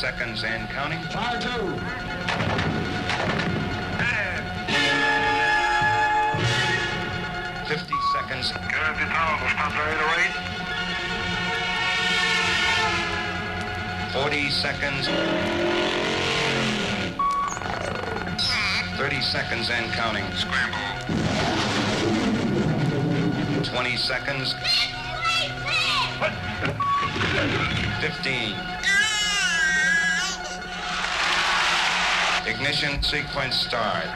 seconds and counting. Fire two. 50 seconds. Kapitaal, we staan bij 40 seconds. 30 seconds and counting. Scramble. 20 seconds. 15. Ignition sequence start.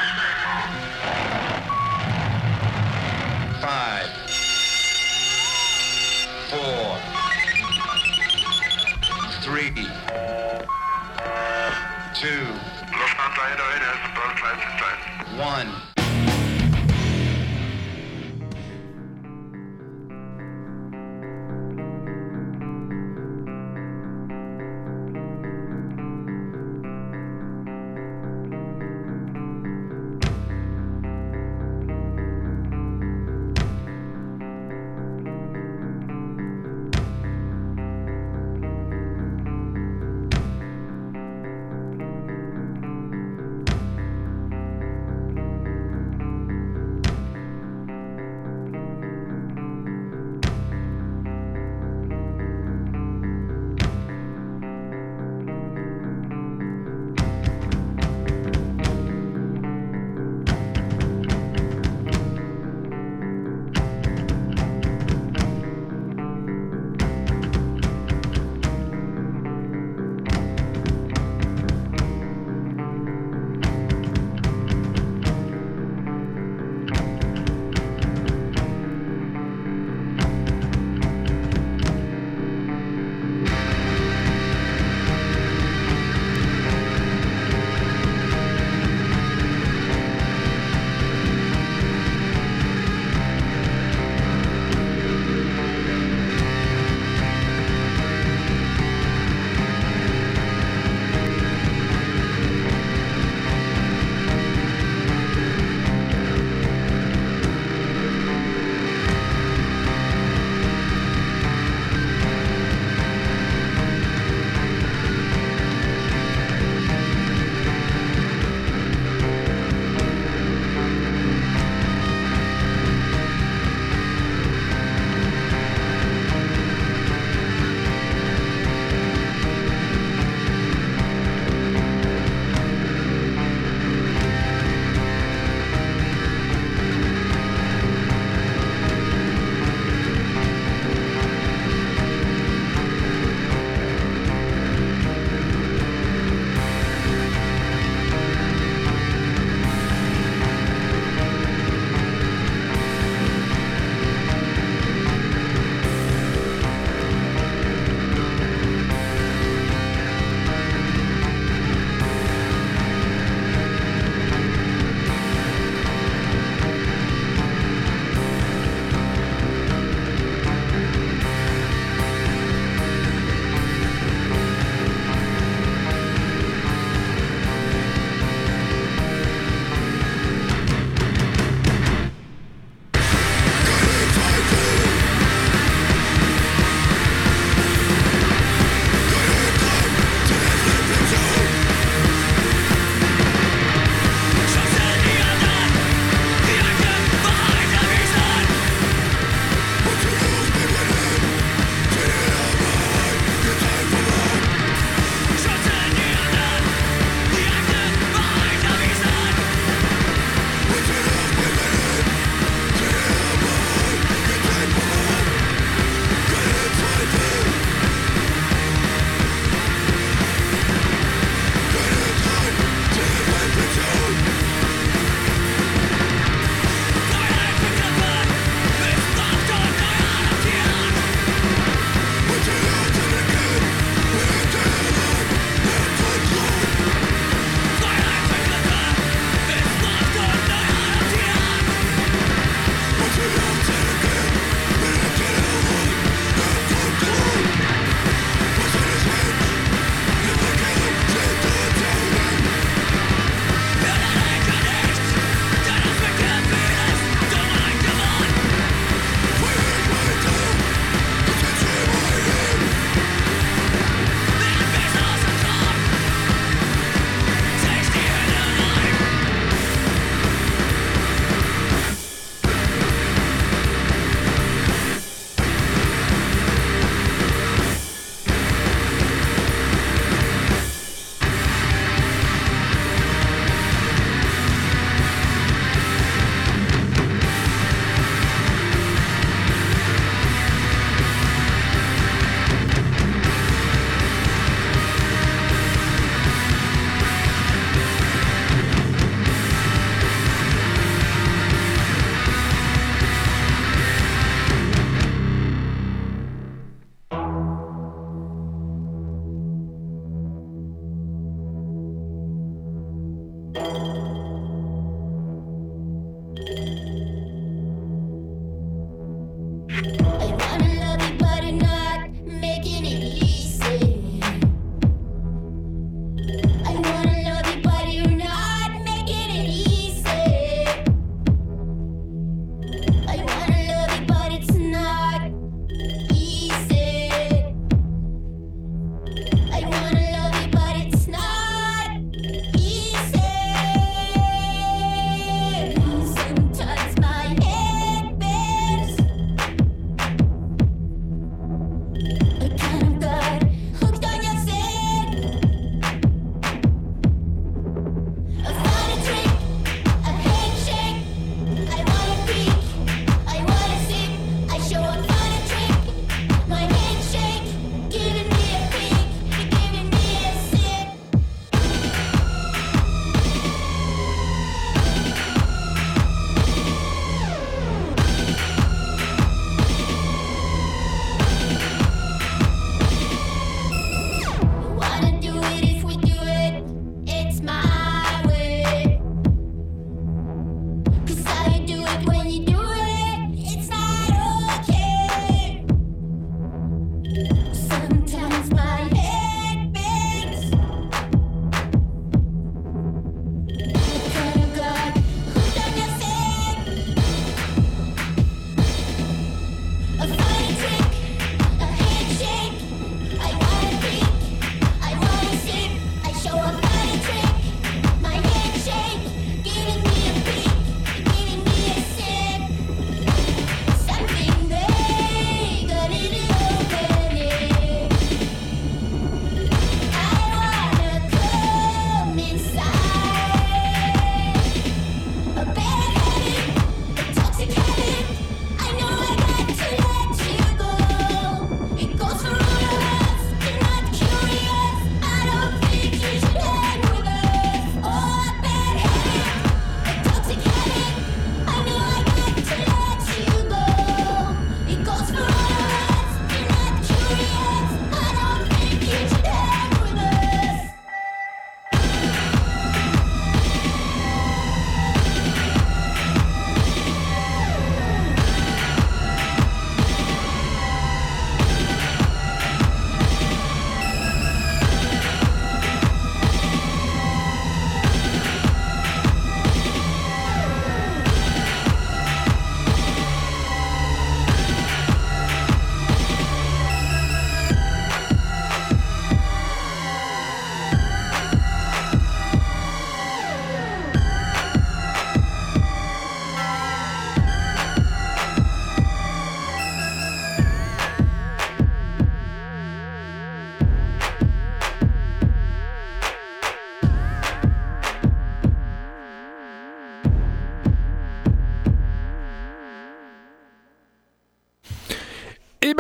5, 4, 3, 2, Lufthansa 101 has approached flight 1.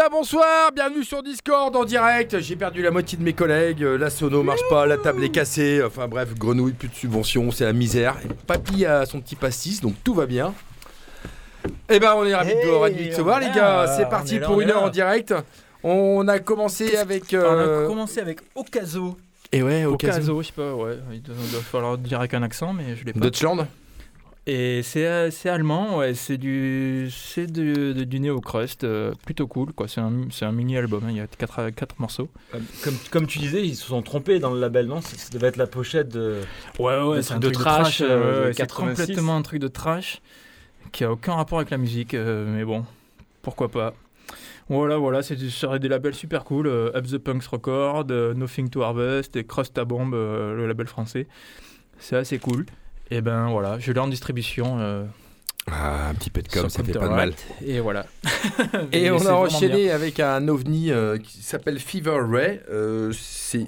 ben bonsoir, bienvenue sur Discord en direct. J'ai perdu la moitié de mes collègues, la sono marche pas, la table est cassée, enfin bref, grenouille, plus de subventions, c'est la misère. Papy a son petit pastis, donc tout va bien. Eh ben on est ravis de se voir les gars, c'est parti pour une heure en direct. On a commencé avec... On a commencé avec Okazo. Et ouais, Okazo, je sais pas, ouais, il doit falloir dire avec un accent, mais je l'ai pas. Deutschland. Et c'est allemand, ouais, c'est du néo-crust, plutôt cool, quoi. C'est un mini-album, hein, il y a 4 morceaux. Comme tu disais, ils se sont trompés dans le label, non? Ça devait être la pochette de... Ouais, c'est un truc de trash, c'est 86. complètement un truc de trash qui a aucun rapport avec la musique, mais bon, pourquoi pas. Voilà, ce serait des labels super cool, Up the Punks Record, Nothing to Harvest et Crust à Bombe, le label français. C'est assez cool. Et ben voilà, je l'ai en distribution. Un petit peu de com, ça fait Counter pas de mal. Et voilà. Et on c'est a vraiment enchaîné bien. avec un ovni qui s'appelle Fever Ray. C'est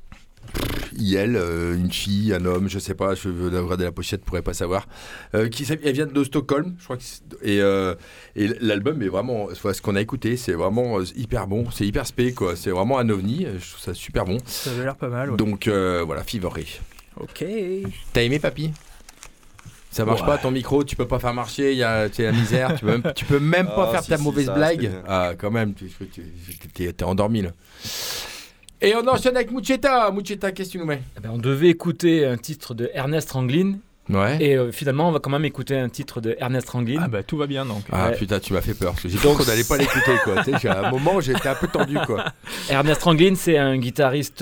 elle, une fille, un homme, je sais pas, je veux regarder la pochette, pourrais pas savoir. Elle vient de Stockholm, je crois. Et l'album est vraiment, ce qu'on a écouté, c'est vraiment hyper bon, c'est hyper spé quoi. C'est vraiment un ovni, je trouve ça super bon. Ça avait l'air pas mal. Ouais. Donc voilà, Fever Ray. Ok. T'as aimé papy? Ça marche pas ton micro, tu peux pas faire marcher, c'est la misère, tu peux même pas faire ta mauvaise blague. Ah quand même, t'es endormi là. Et on enchaîne avec Mucheta, qu'est-ce que tu nous mets? On devait écouter un titre de Ernest Ranglin, Ouais. et finalement on va quand même écouter un titre de Ernest Ranglin. Ah bah tout va bien donc. Ah Ouais. putain, tu m'as fait peur, parce que j'ai cru qu'on allait pas l'écouter quoi. Tu sais, à un moment j'étais un peu tendu quoi. Ernest Ranglin, c'est un guitariste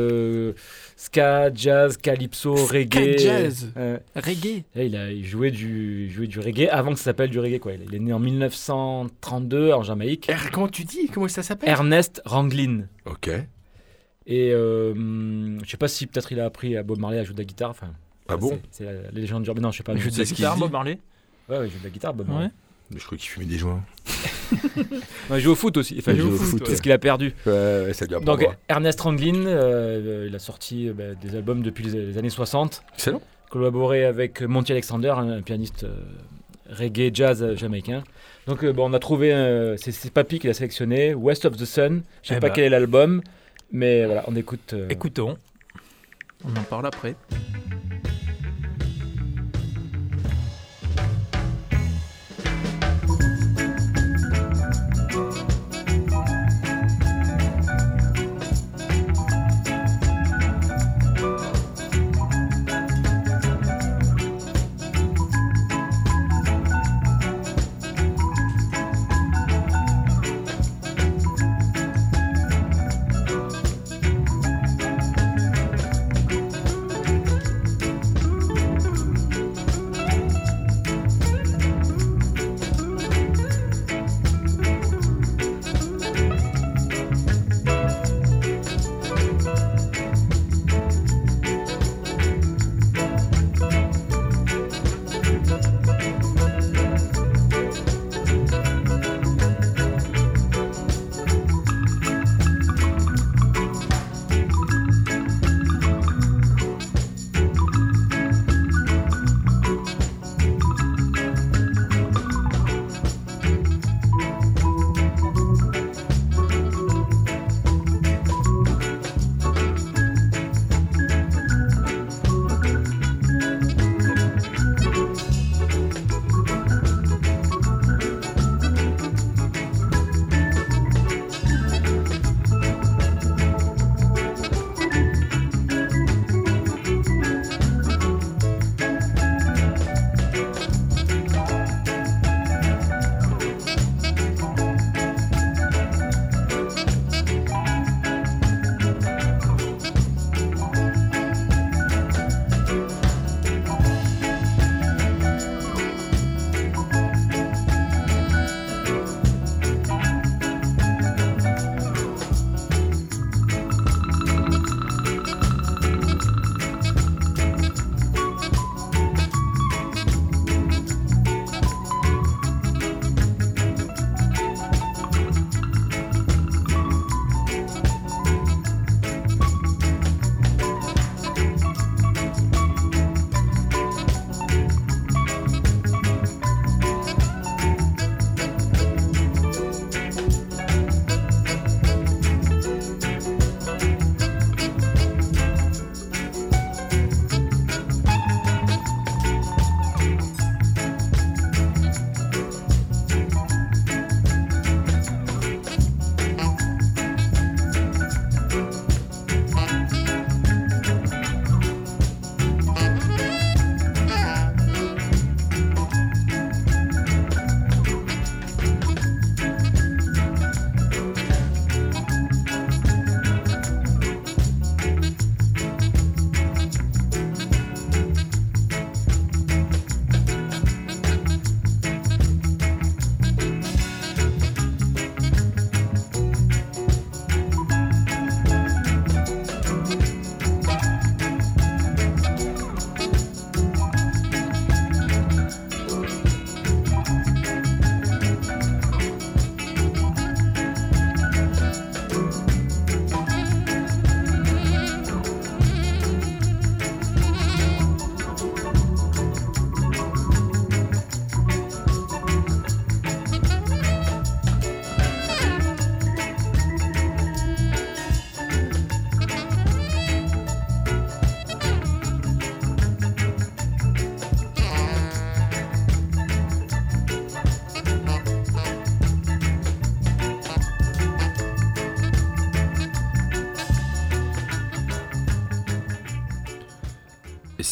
ska, jazz, calypso, reggae. jazz. Reggae. Il jouait du reggae avant que ça s'appelle du reggae quoi. Il est né en 1932 en Jamaïque. Comment tu dis? Comment ça s'appelle? Ernest Ranglin. Ok. Et je sais pas si peut-être il a appris à Bob Marley à jouer de la guitare. Enfin, Ah bon? C'est la légende urbaine. Non, je sais pas. Il mais joue de la ce qu'il guitare, dit. Bob Marley. Ouais, il joue de la guitare, Bob Marley. Ouais. Je crois qu'il fumait des joints. Ouais, il joue au foot aussi. Enfin, Il joue au foot, c'est ouais. ce qu'il a perdu. Ouais, ça lui a Donc Ernest Ranglin, il a sorti des albums depuis les années 60. Excellent. Collaboré avec Monty Alexander, un pianiste reggae jazz jamaïcain. Donc on a trouvé, c'est Papy qui l'a sélectionné, West of the Sun. Je sais pas quel est l'album, mais voilà, on écoute. Écoutons. On en parle après.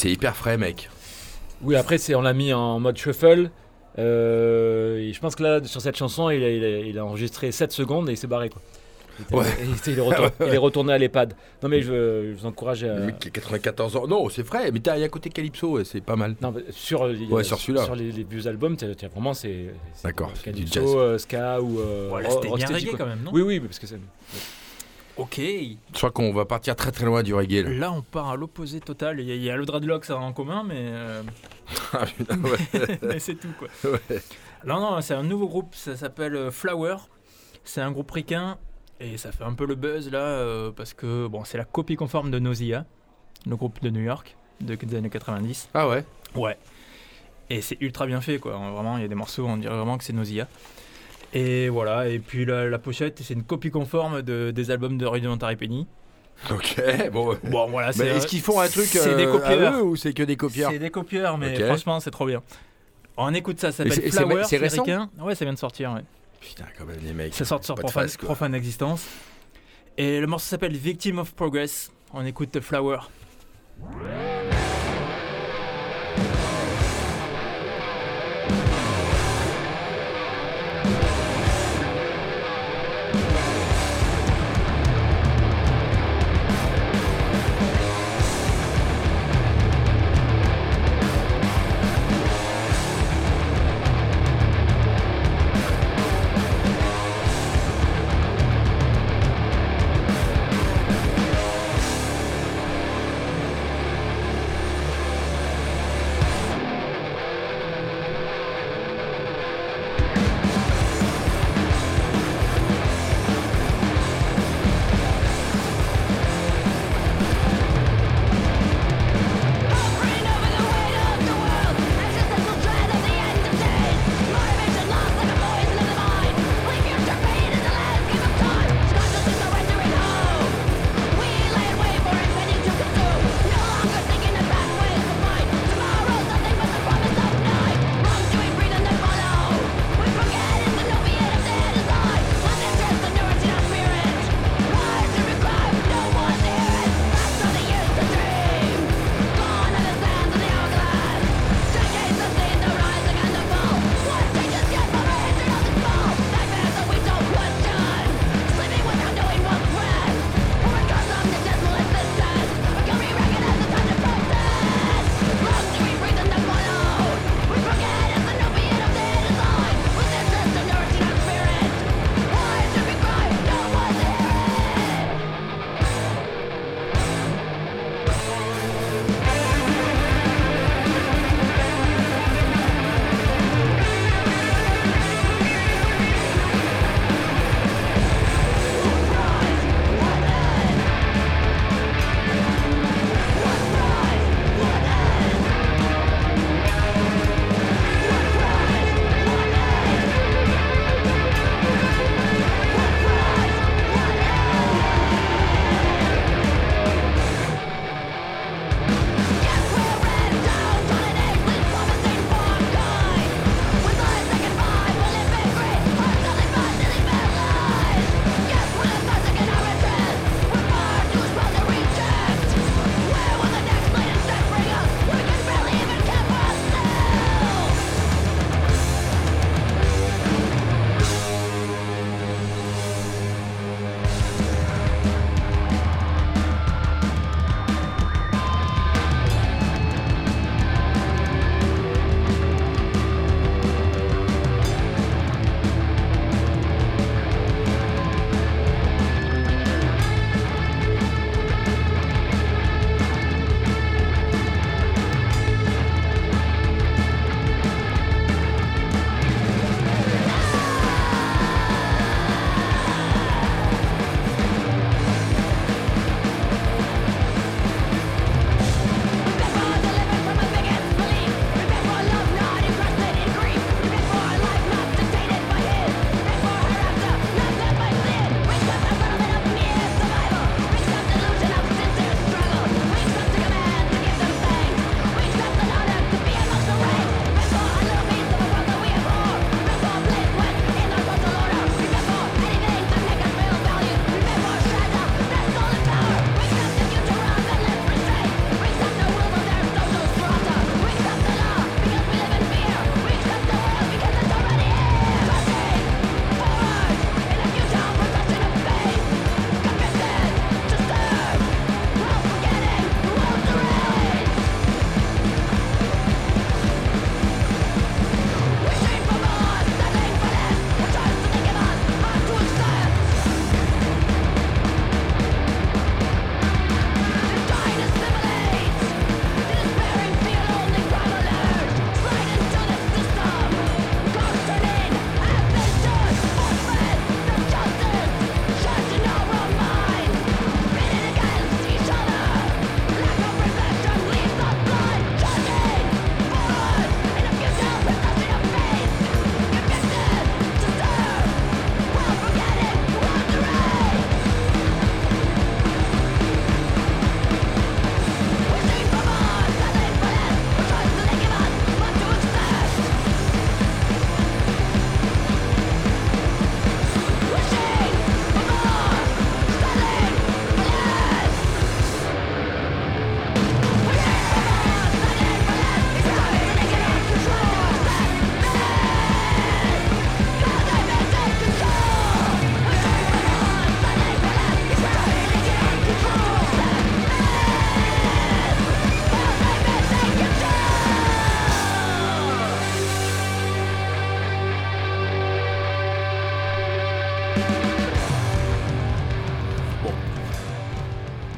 c'est hyper frais, mec. Oui, après, on l'a mis en mode shuffle. Et je pense que là, sur cette chanson, il a enregistré 7 secondes et il s'est barré, quoi. Il est retourné à l'EHPAD. Non, mais je vous encourage à. Le mec qui a 94 ans. Non, c'est frais, mais il y a côté Calypso, c'est pas mal. Non, sur celui-là. Sur les vieux albums, t'as vraiment c'est D'accord, c'est du Calypso, ska ou. Voilà, c'était bien rocksteady, reggae quoi. quand même, non? Oui, parce que c'est. Ok. Je crois qu'on va partir très très loin du reggae. Là. Là, on part à l'opposé total. Il y a le dreadlock, ça en commun, mais. Ah, putain, ouais. mais c'est tout, quoi. Ouais. Non, c'est un nouveau groupe, ça s'appelle Flower. C'est un groupe ricain et ça fait un peu le buzz là parce que bon, c'est la copie conforme de Nausea, le groupe de New York des années 90. Ah ouais. Ouais. Et c'est ultra bien fait, quoi. Vraiment, il y a des morceaux, on dirait vraiment que c'est Nausea. Et voilà, et puis la pochette, c'est une copie conforme des albums de Rudimentary Penny. Ok, bon. Bon, voilà, Mais est-ce qu'ils font un truc c'est des copieurs. à eux ou c'est que des copieurs? C'est des copieurs, mais Ok. franchement, c'est trop bien. On écoute ça s'appelle Et c'est Flower, c'est récent ricain. Ouais, ça vient de sortir, ouais. Putain, quand même, les mecs. Ça sort sur pas de face, quoi. Profane Existence. Et le morceau s'appelle Victim of Progress. On écoute Flower.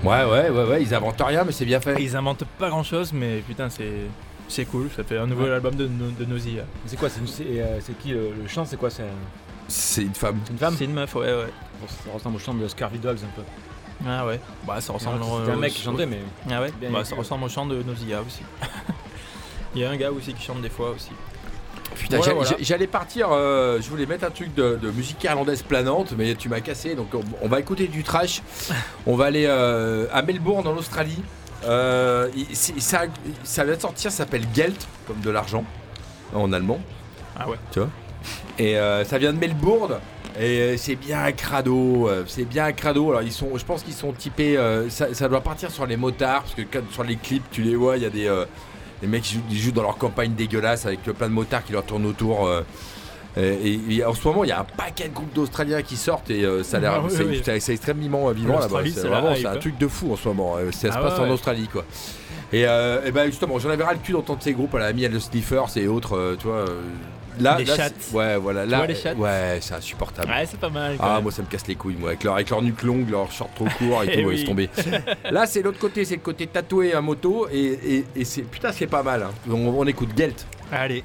Ouais, ils inventent rien, mais c'est bien fait. Ils inventent pas grand chose, mais putain, c'est cool. Ça fait un nouvel album de Nausea. C'est quoi, c'est qui le chant, c'est quoi, C'est une femme. c'est une femme? C'est une meuf, ouais. Bon, ça ressemble au chant de Scurvy Dogs un peu. Ah ouais. Bah, ça ressemble C'était un mec qui chantait, mais Ah ouais. Bien Bah, écrit. ça ressemble au chant de Nausea aussi. Il y a un gars aussi qui chante des fois aussi. Putain, Voilà, voilà. j'allais partir, je voulais mettre un truc de musique irlandaise planante, mais tu m'as cassé, donc on va écouter du trash. On va aller à Melbourne, en Australie. Ça vient de sortir, ça s'appelle Geld, comme de l'argent, en allemand. Ah ouais. Tu vois. Et ça vient de Melbourne. Et c'est bien un crado, Alors je pense qu'ils sont typés, ça doit partir sur les motards, parce que sur les clips, tu les vois, il y a des mecs qui jouent dans leur campagne dégueulasse avec plein de motards qui leur tournent autour. Et en ce moment, il y a un paquet de groupes d'Australiens qui sortent et ça a l'air, c'est extrêmement vivant là-bas. C'est un truc de fou en ce moment. Ça se passe en Australie, quoi. Et ben justement, j'en avais ras le cul d'entendre ces groupes à la Amy and the Sniffers et autres, tu vois. Les chattes. Ouais, voilà. Tu Là, vois les chattes ouais, c'est insupportable. Ouais, c'est pas mal. Ah, moi ça me casse les couilles, moi, avec leur nuque longue, leur short trop court et Eh tout, oui. laisse tomber. Là, c'est l'autre côté, c'est le côté tatoué à moto et c'est putain, c'est pas mal. Hein. On écoute Gelt. Allez.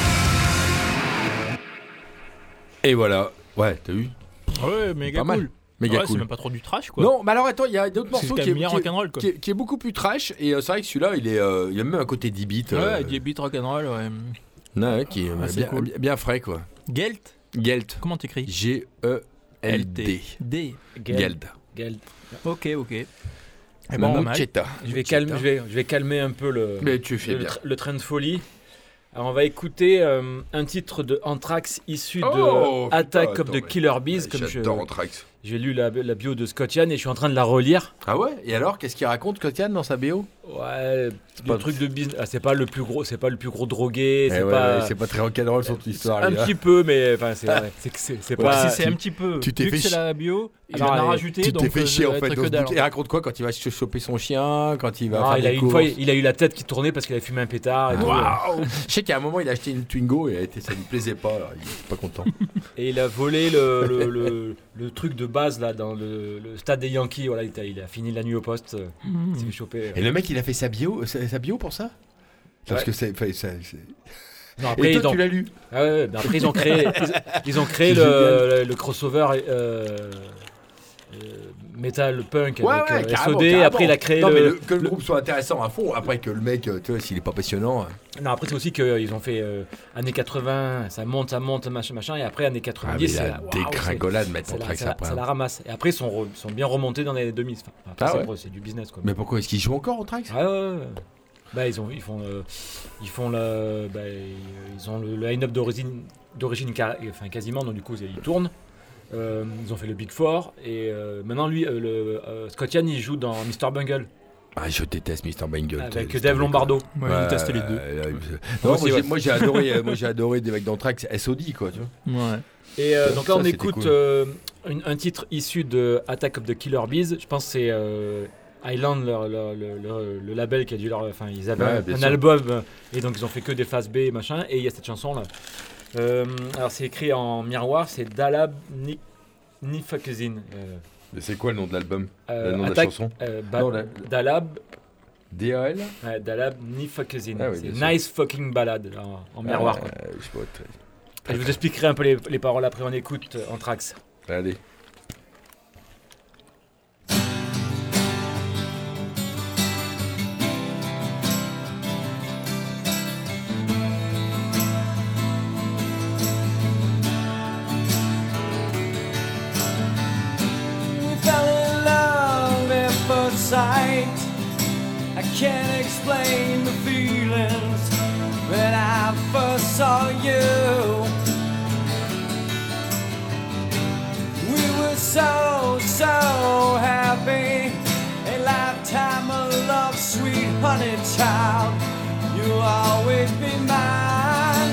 Et voilà. Ouais, t'as vu? Ouais, méga Pas mal. cool. Méga C'est cool. même pas trop du trash, quoi. Non, mais alors attends, il y a d'autres C'est morceaux quand même bien rock'n'roll, quoi. qui est beaucoup plus trash. Et c'est vrai que celui-là, il y a même un côté 10 bits. Ouais, des beats rock'n'roll, ouais. Qui est c'est bien, cool. bien frais, quoi. Gelt. Gelt. Comment t'écris? G-E-L-D. D. Geld. Geld. Ok. Et bon, Mamouchetta. Je vais calmer un peu Mais tu fais bien. le train de folie. Alors on va écouter un titre de Anthrax issu Oh, de Attack putain, of the attends, Killer Bees. Comme J'adore Anthrax. j'ai lu la bio de Scott Ian et je suis en train de la relire. Ah ouais? Et alors, qu'est-ce qu'il raconte, Kotian, dans sa BO? Ouais, pas- des trucs de business. Ah, c'est pas le plus gros drogué. C'est pas très rock'n'roll son histoire, un les gars. petit peu, mais enfin c'est Ouais, pas. c'est un petit peu. tu t'es Vu fait que c'est chier. la bio, il Alors, en a allez, rajouté. Tu donc t'es fait chier ça en va fait être dans que ce dalle. bouquin. Et raconte quoi quand il va choper son chien, quand il va Ah, faire il a des une fois, courses. il a eu la tête qui tournait parce qu'il a fumé un pétard et tout. Waouh! Je sais qu'à un moment il a acheté une Twingo et ça lui plaisait pas, alors il était pas content. Et il a volé le truc de base là dans le stade des Yankees. Voilà, il a fini la nuit au poste. Il s'est fait choper. Et le mec il a fait sa bio pour ça? Parce Ouais. que c'est. Non, après, Et toi tu l'as lu? Ah ouais, mais après ils ont créé C'est le crossover metal punk avec carrément, SOD. carrément. Après il a créé non, mais le. que le groupe soit intéressant à fond, après que le mec, tu vois, s'il est pas passionnant. Non, après c'est aussi qu'ils ont fait années 80, ça monte, machin, et après années 90, c'est la la- waouh, dégringolade, mettre son track après. ça la ramasse. Et après ils sont bien remontés dans les 2000. Enfin, après, Ah ouais. c'est du business quoi. Mais pourquoi est-ce qu'il joue encore au track? Ah ouais. Bah ils ont le line-up d'origine quasiment, donc du coup ils tournent. Ils ont fait le Big Four et maintenant lui, Scott Ian il joue dans Mr Bungle Ah, je déteste Mr. Bangle. avec Dave Lombardo. Ouais, il testait les deux. Non, Moi aussi, moi j'ai adoré des mecs d'Anthrax, SOD quoi, tu vois. Ouais. Et donc là Ça, on c'était écoute cool. un titre issu de Attack of the Killer Bees. Je pense que c'est Island, le label qui a dû leur. Enfin, ils avaient Ouais, bien un sûr. album et donc ils ont fait que des phases B et machin. Et il y a cette chanson là. Alors c'est écrit en miroir, c'est Dalab Nifakezin. Mais c'est quoi le nom de l'album? Le nom de la Attack- chanson? Non, Dalab, DAL? Dalab Nifakezin. Ah oui, c'est bien sûr. Nice Fucking Ballade en miroir. Quoi. Je sais pas, Et je vous expliquerai un peu les paroles après. On écoute Anthrax. Allez. We fell in love at first sight. I can't explain the feelings when I first saw you. We were so happy. A lifetime of love, sweet honey child. You'll always be mine.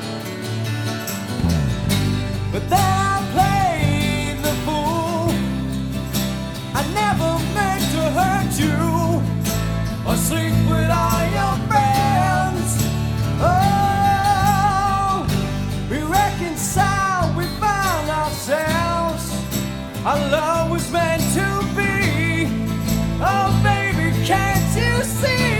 But then I played the fool. I never meant to hurt you or sleep with all your friends. Oh, we reconciled, we found ourselves. Our love was meant to be. Oh, baby, can't you see?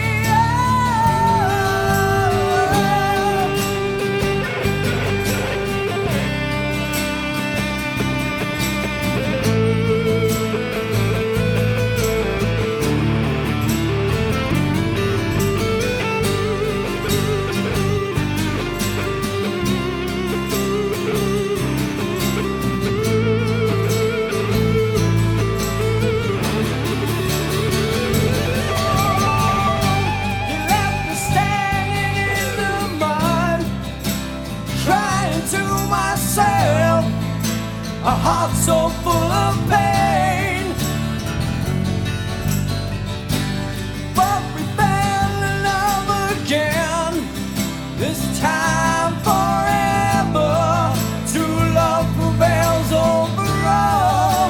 You left me standing in the mud, crying to myself, a heart so full of pain. But we fell in love again, this time forever. True love prevails over all.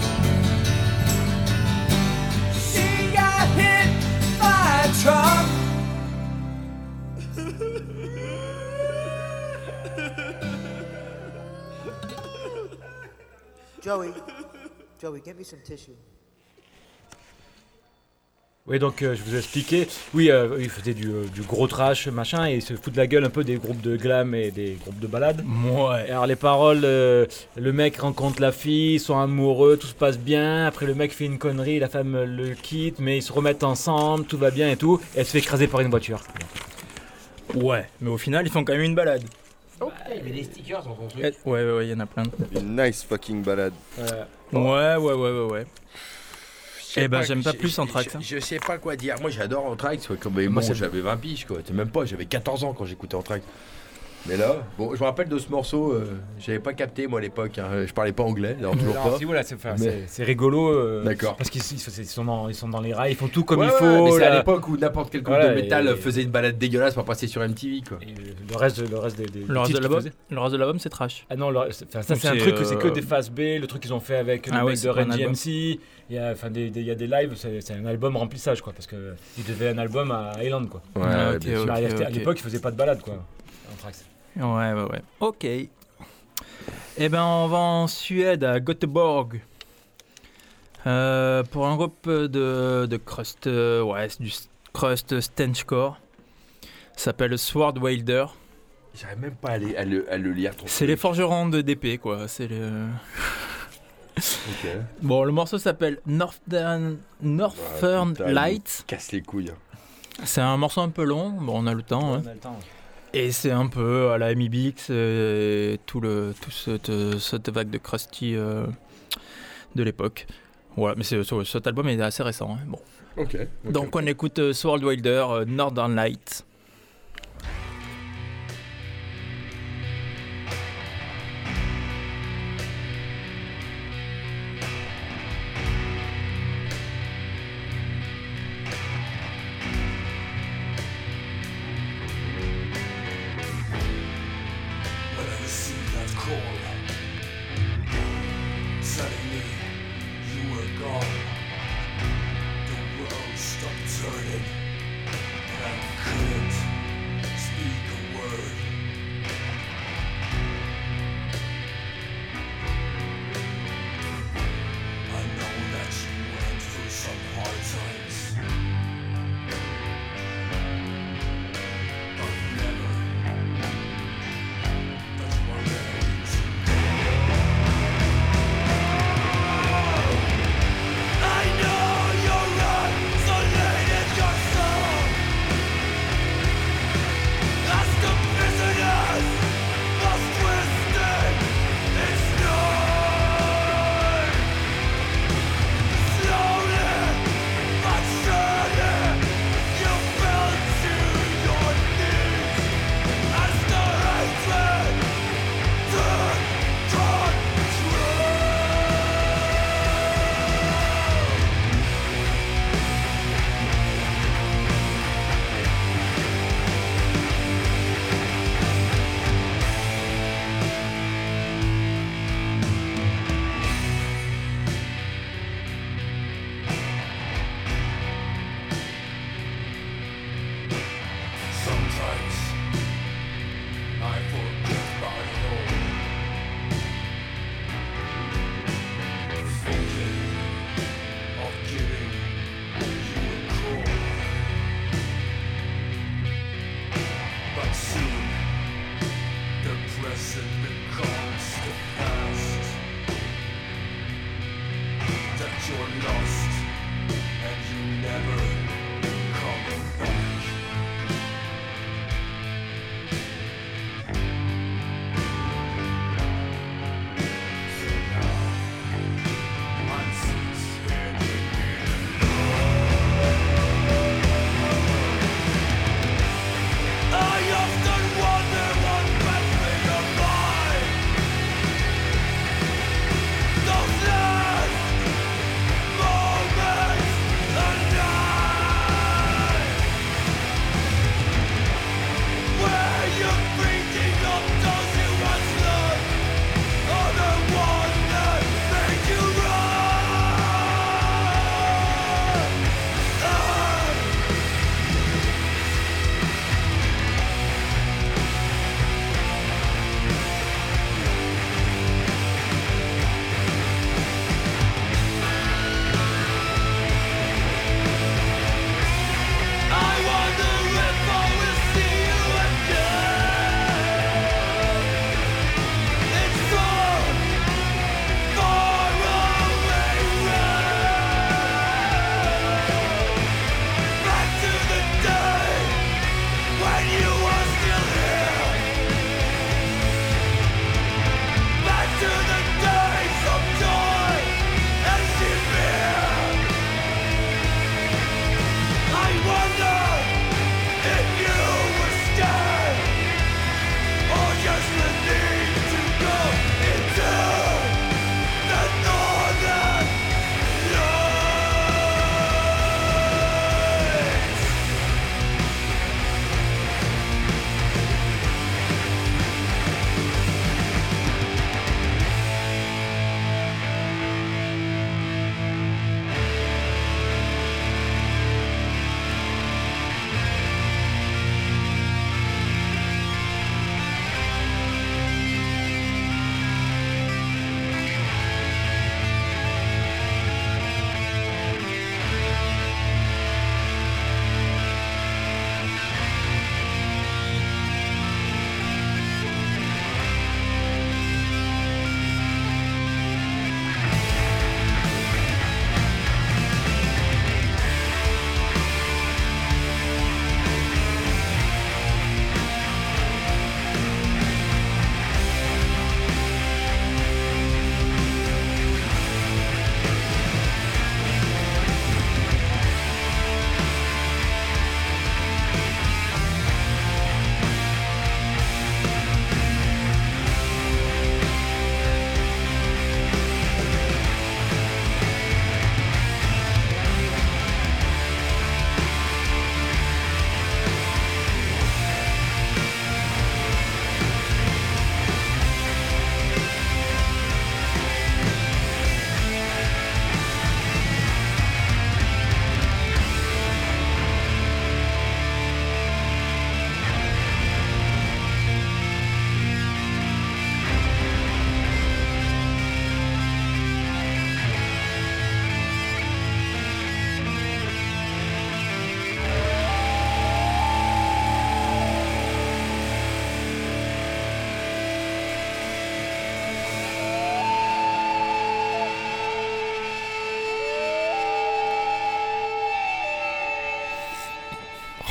She got hit by a truck. Joey, get me some tissue. Oui, donc je vous ai expliqué. Oui, il faisait du gros trash, machin, et il se fout de la gueule un peu des groupes de glam et des groupes de ballades. Ouais. Alors les paroles, le mec rencontre la fille, ils sont amoureux, tout se passe bien. Après le mec fait une connerie, la femme le quitte, mais ils se remettent ensemble, tout va bien et tout. Et elle se fait écraser par une voiture. Ouais, mais au final, ils font quand même une balade. Il y a des stickers dans ton truc. Ouais, il y en a plein. Une nice fucking balade. Ouais. Eh ben, j'aime pas plus Anthrax. Je sais pas quoi dire. Moi, j'adore Anthrax. Comme bon, Moi, c'est- j'avais 20 piges, quoi. Même pas, j'avais 14 ans quand j'écoutais Anthrax. Mais là, bon, je me rappelle de ce morceau. J'avais pas capté, moi, à l'époque. Hein. Je parlais pas anglais, alors toujours Alors, pas. si, voilà, c'est Mais- c'est rigolo. D'accord. Parce qu'ils sont dans les rails, ils font tout comme Ouais, il ouais, faut. mais c'est à là. l'époque où n'importe quel groupe Voilà, de métal et- faisait une balade dégueulasse pour passer sur MTV, quoi. Et le reste des Le reste titres de qu'ils l'album, faisaient. c'est trash. Ah non, ça c'est un C'est, truc, c'est que des phases B, le truc qu'ils ont fait avec le Ah ouais, mec c'est de pas un Run album. DMC, il y a des lives, c'est un album remplissage quoi, parce que il devait un album à Island quoi. Ouais, Ah, ouais, ok, bien sûr. ok. À l'époque, ils faisaient pas de balade quoi. Anthrax. Ouais. Ok. Eh ben, on va en Suède, à Göteborg. Pour un groupe de crust, c'est du crust stenchcore. Ça s'appelle Sword Wilder. J'arrive même pas à le lire. ton C'est truc. les forgerons de d'épée, quoi. C'est le... Ok. Bon, le morceau s'appelle Northern putain, Lights. Casse les couilles. C'est un morceau un peu long. Bon, on a le temps. Hein. On a le temps. Et c'est un peu à la Amy Bix et tout cette vague de crusty de l'époque. Voilà, mais cet album est assez récent. Hein. Bon. Ok. Donc on écoute Sword Wilder, Northern Lights. When I received that call, suddenly you were gone. The world stopped turning, and I couldn't speak a word. I know that you went through some hard times, but never. But you are ready to I know you're isolated your soul as the prisoners lost twisted its night. Slowly but surely you fell to your knees as the hatred took control. Sometimes I forget my home, thinking of giving you a call, but soon the present becomes the past. That you're lost and you never come back. So now I'm sitting here I often wonder what kept me alive. Those last moments alive.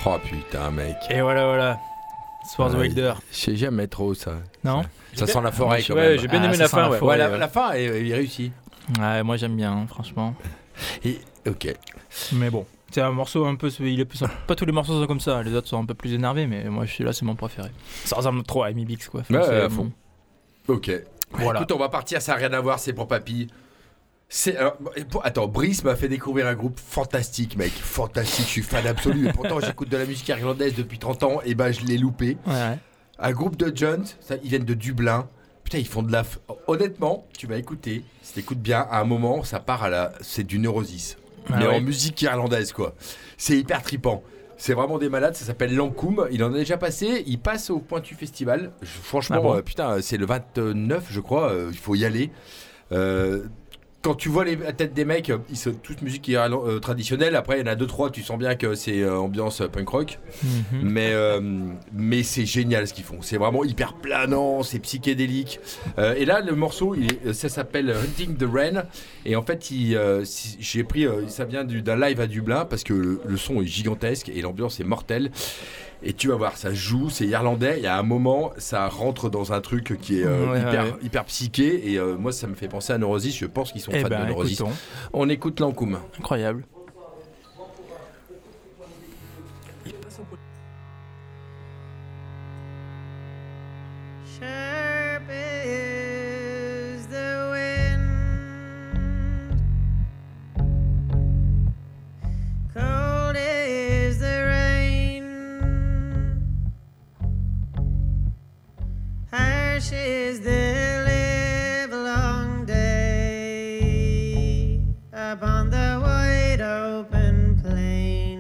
Oh putain, mec. Et voilà. Sword Ouais, Wilder. Je sais jamais trop ça. Non. Ça sent la forêt quand Ouais, même. j'ai bien Ah, aimé ça la sent fin. la Ouais. forêt. Ouais, la fin est réussie. Ouais, moi j'aime bien, franchement. Et ok. Mais bon, c'est un morceau un peu. Pas tous les morceaux sont comme ça. Les autres sont un peu plus énervés, mais moi je suis là, c'est mon préféré. Ça ressemble trop à Amy Bix, quoi. Enfin, Ouais, c'est- à fond. Ok. Voilà. Écoute, on va partir, ça n'a rien à voir, c'est pour papy. Attends, Brice m'a fait découvrir un groupe fantastique, mec. Fantastique, je suis fan absolu. Et pourtant, j'écoute de la musique irlandaise depuis 30 ans, et ben je l'ai loupé. Ouais. Un groupe de Jones, ils viennent de Dublin. Putain, ils font de la. Honnêtement, tu vas écouter, si t'écoutes bien, à un moment, ça part à la. C'est du Neurosis. Ah mais ouais. en musique irlandaise, quoi. C'est hyper trippant. C'est vraiment des malades, ça s'appelle Lancôme. Il en a déjà passé, il passe au Pointu Festival. Franchement, Ah bon putain, c'est le 29, je crois, il faut y aller. Quand tu vois la tête des mecs, ils sont toutes musique traditionnelle. Après, il y en a 2-3, tu sens bien que c'est ambiance punk rock. Mais c'est génial ce qu'ils font. C'est vraiment hyper planant, c'est psychédélique. Et là, le morceau, ça s'appelle Hunting the Rain. Et en fait, j'ai pris, ça vient d'un live à Dublin parce que le son est gigantesque et l'ambiance est mortelle. Et tu vas voir, ça joue, c'est irlandais. Il y a un moment, ça rentre dans un truc qui est hyper psyché. Et moi, ça me fait penser à Neurosis. Je pense qu'ils sont fans de Neurosis. Écoutons. On écoute Lancôme. Incroyable. Sharp is the wind, cold is the rain, harsh is the livelong day upon the wide open plain.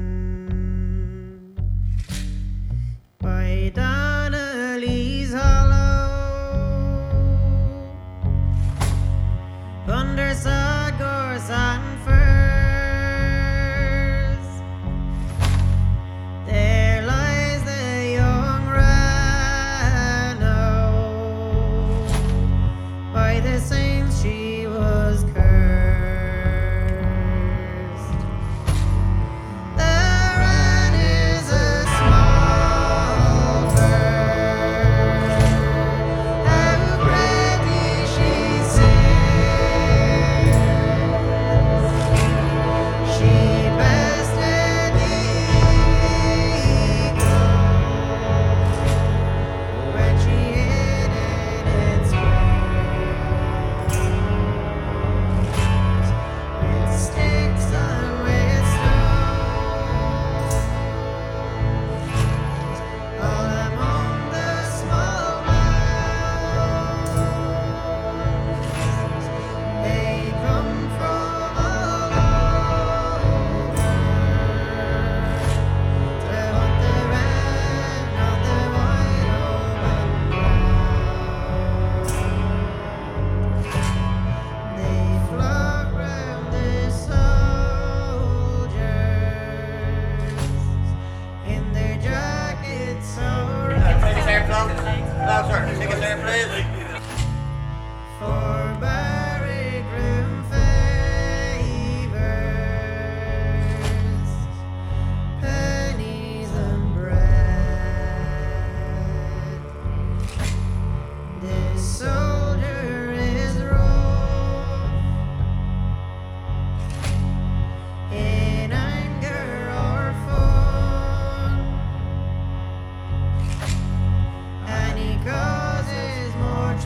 By Donnelly's Hollow, under sod, gorse, and firs, there lies the young Rano. By the saints she was cursed. The rat is a small bird. How pretty she sings. She bested the eagle when she hid in its wings. With sticks and with stones, all among the small mounds. They come from all over to hunt the rat on the wide open ground. They flock round the soldiers in their jackets so for barrack room favors, pennies and bread. This soldier is rough in anger or fun, and he causes more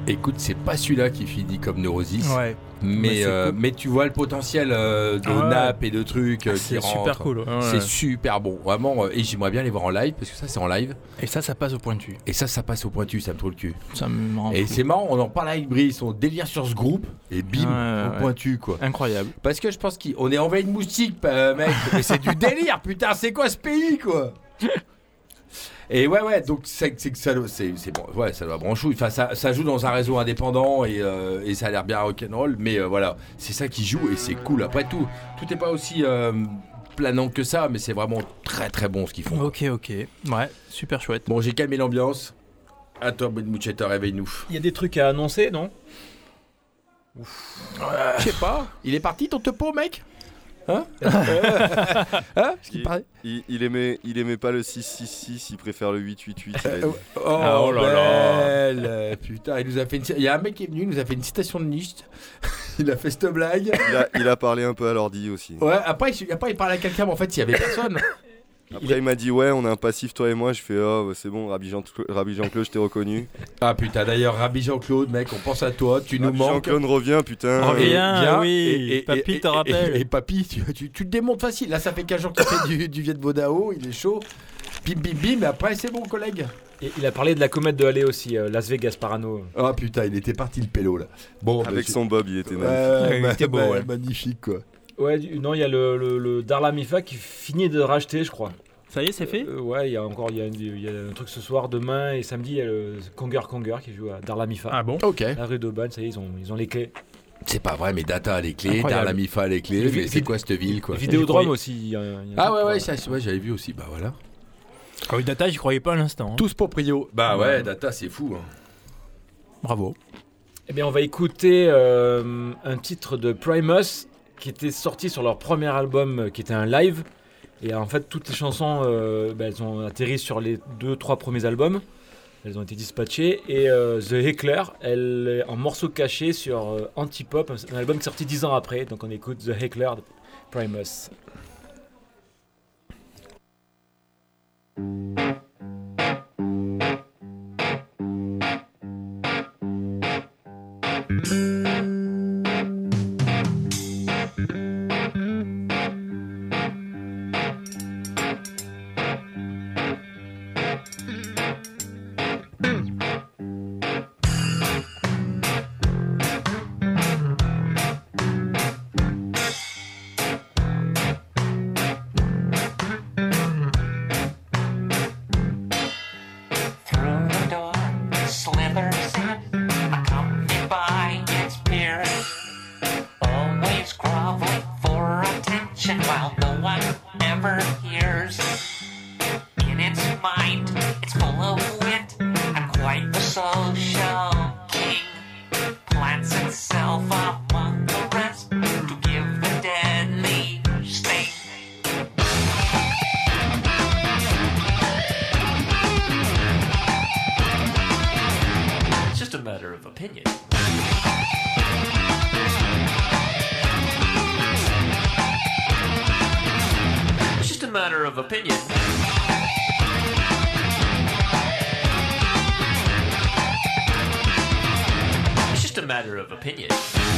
Écoute, c'est pas celui-là qui finit comme Neurosis, Ouais. Mais c'est cool. mais tu vois le potentiel de Ah ouais. nappes et de trucs qui C'est rentrent. super cool. Ouais. C'est super bon, vraiment. Et j'aimerais bien les voir en live parce que ça, c'est en live. Et ça passe au pointu. Et ça passe au pointu, ça me trouve le cul. Ça me rend Et fou. c'est marrant, on en parle avec Brice, on délire sur ce groupe et bim, Ouais, au ouais. pointu quoi. Incroyable. Parce que je pense qu'on est envahi de moustiques, mec. Mais c'est du délire, putain, c'est quoi ce pays quoi? Et ouais, donc c'est que ça, c'est bon, ouais, ça doit branchouille. Enfin, ça joue dans un réseau indépendant et ça a l'air bien rock'n'roll, mais voilà, c'est ça qui joue et c'est cool. Après tout est pas aussi planant que ça, mais c'est vraiment très très bon ce qu'ils font. Ok. Ouais, super chouette. Bon, j'ai calmé l'ambiance. À toi, Muchetta, réveille-nous. Il y a des trucs à annoncer, non? Je sais pas, il est parti ton topo, mec? Hein? Ce qu'il paraît. Il aimait pas le 666, il préfère le 888. il a dit. Oh là là. belle. Putain, il y a un mec qui est venu, il nous a fait une citation de Nietzsche. Il a fait cette blague. Il a parlé un peu à l'ordi aussi. Ouais, après il parlait à quelqu'un, mais en fait, il y avait personne. Après, il m'a dit ouais, on a un passif toi et moi. Je fais oh c'est bon, Rabbi Jean-Claude, je t'ai reconnu. Ah putain, d'ailleurs, Rabbi Jean-Claude, mec, on pense à toi, tu nous Rabbi manques. Jean-Claude revient, putain. Reviens. Viens, oui, Papy te rappelle. Et Papy, tu te démontes facile. Là, ça fait 15 jours qu'il fait du Viet Vodao, il est chaud. Bim, mais après, c'est bon, collègue. Et il a parlé de la comète de Halley aussi, Las Vegas Parano. Ah putain, il était parti le pélo là. Bon, Avec son bob, il était magnifique. Ouais, Il était beau, ouais. magnifique quoi. Ouais, non, il y a le Darla Mifa qui finit de racheter, je crois. Ça y est, c'est fait. Ouais, il y a un truc ce soir, demain et samedi, il y a le Conger qui joue à Darla Mifa. Ah bon. Ok. La rue d'Aubagne, ça y est, ils ont les clés. C'est pas vrai, mais Data a les clés, Incroyable. Darla Mifa a les clés, Le mais vi- c'est quoi cette ville quoi? Vidéodrome aussi. il y a un Ah truc ouais, pour- ouais, j'avais vu aussi, bah voilà. Ah oui, Data, j'y croyais pas à l'instant. hein. Tous proprio. Bah ouais, Data c'est fou. Hein. Bravo. Eh bien, on va écouter un titre de Primus qui était sorti sur leur premier album, qui était un live. Et en fait, toutes les chansons, elles ont atterri sur les 2-3 premiers albums. Elles ont été dispatchées. Et The Heckler, elle est en morceaux cachés sur Antipop, un album qui est sorti 10 ans après. Donc on écoute The Heckler de Primus. Through the door slithers in, accompanied by its peers, always groveling for attention while no one ever hears. In its mind, it's full of wit and quite the social king. Plants itself among the rest to give the deadly sting. It's just a matter of opinion. It's just a matter of opinion. It's just a matter of opinion.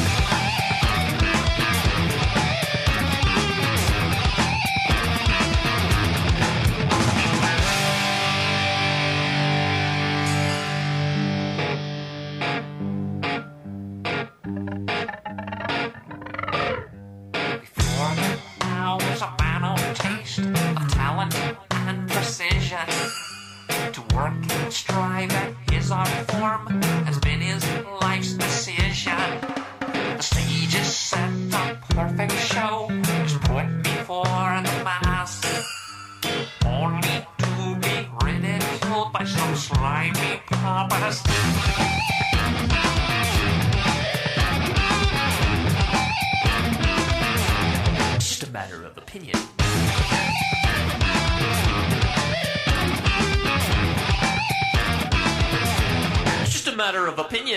Before them now was a man of taste, of talent and precision. To work and strive at his art form has been his life's decision. The stage is set, a perfect show is put before the mass, only to be ridiculed by some slimy pompous. It's just a matter of opinion. It's just a matter of opinion.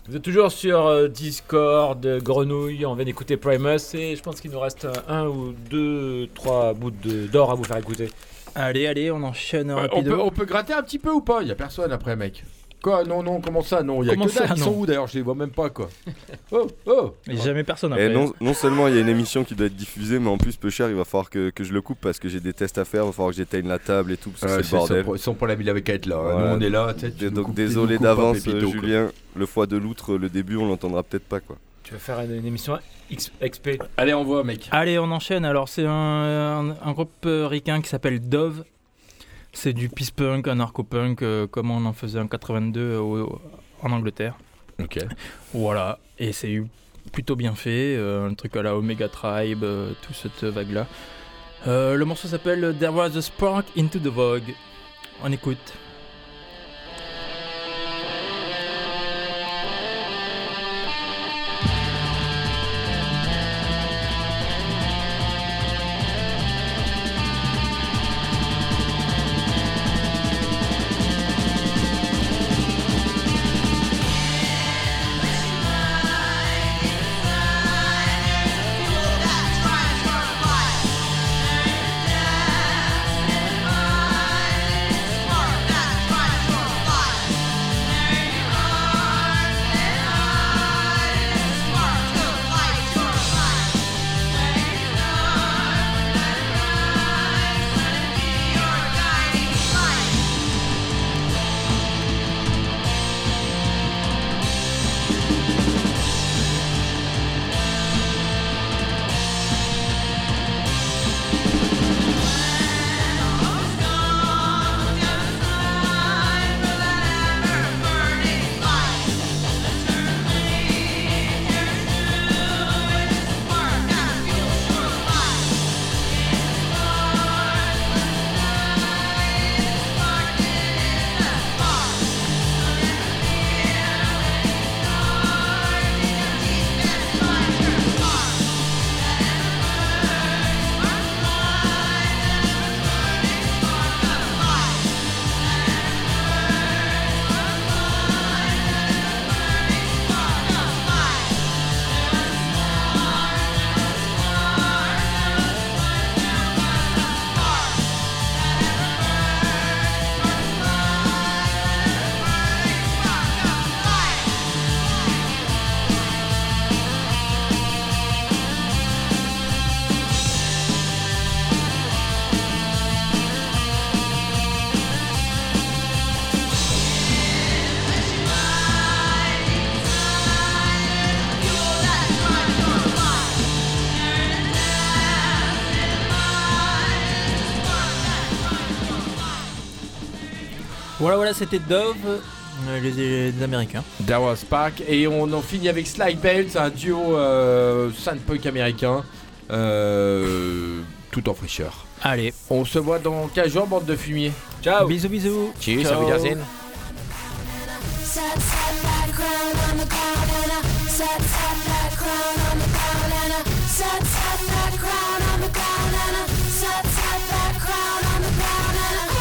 Vous êtes toujours sur Discord, Grenouille, on vient d'écouter Primus et je pense qu'il nous reste 1 ou 2, 3 bouts d'or à vous faire écouter. Allez, on enchaîne rapido. On peut gratter un petit peu ou pas? Il y a personne après, mec. Quoi? Non, comment ça? Non, il y a Comment que ça, dalle. Ils sont non où d'ailleurs? Je les vois même pas, quoi. Oh. Mais jamais personne Et après. non seulement il y a une émission qui doit être diffusée, mais en plus, peu cher, il va falloir que je le coupe parce que j'ai des tests à faire, il va falloir que j'éteigne la table et tout, parce que c'est le bordel. Ils sont pour la ville avec à être là. Ouais. Nous, on est là. Donc désolé d'avance, Julien, le foie de loutre, le début, on l'entendra peut-être pas, quoi. Tu vas faire une émission XP. Allez, on voit, mec. Allez, on enchaîne. Alors, c'est un groupe ricain qui s'appelle Dove. C'est du peace punk, anarcho-punk, comme on en faisait en 82 en Angleterre. Ok. Voilà, et c'est plutôt bien fait, un truc à la Omega Tribe, toute cette vague-là. Le morceau s'appelle There Was a Spark into the Vogue. On écoute. Voilà, c'était Dove, les Américains. There Was Spark. Et on en finit avec Slide Bell, c'est un duo synth-punk américain, tout en fraîcheur. Allez, On se voit dans 15 jours, bande de fumier. Ciao. bisous. Tchuss, Ciao. auf Wiedersehen. Set that crown on the ground and I set that crown on the ground and I set that crown on the ground and I set that crown on the ground and I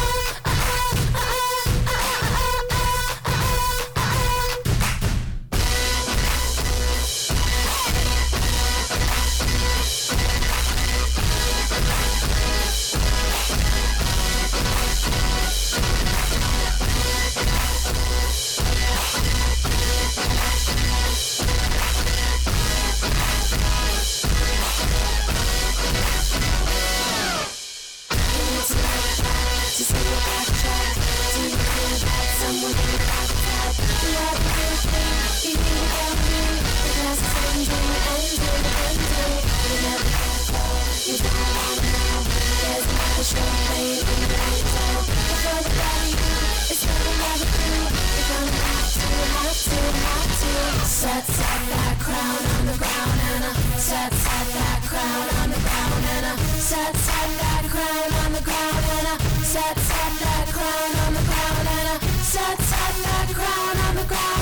Set that crown on the ground and I set that crown on the ground and I set that crown on the ground and I set that crown on the ground and I set that crown on the ground.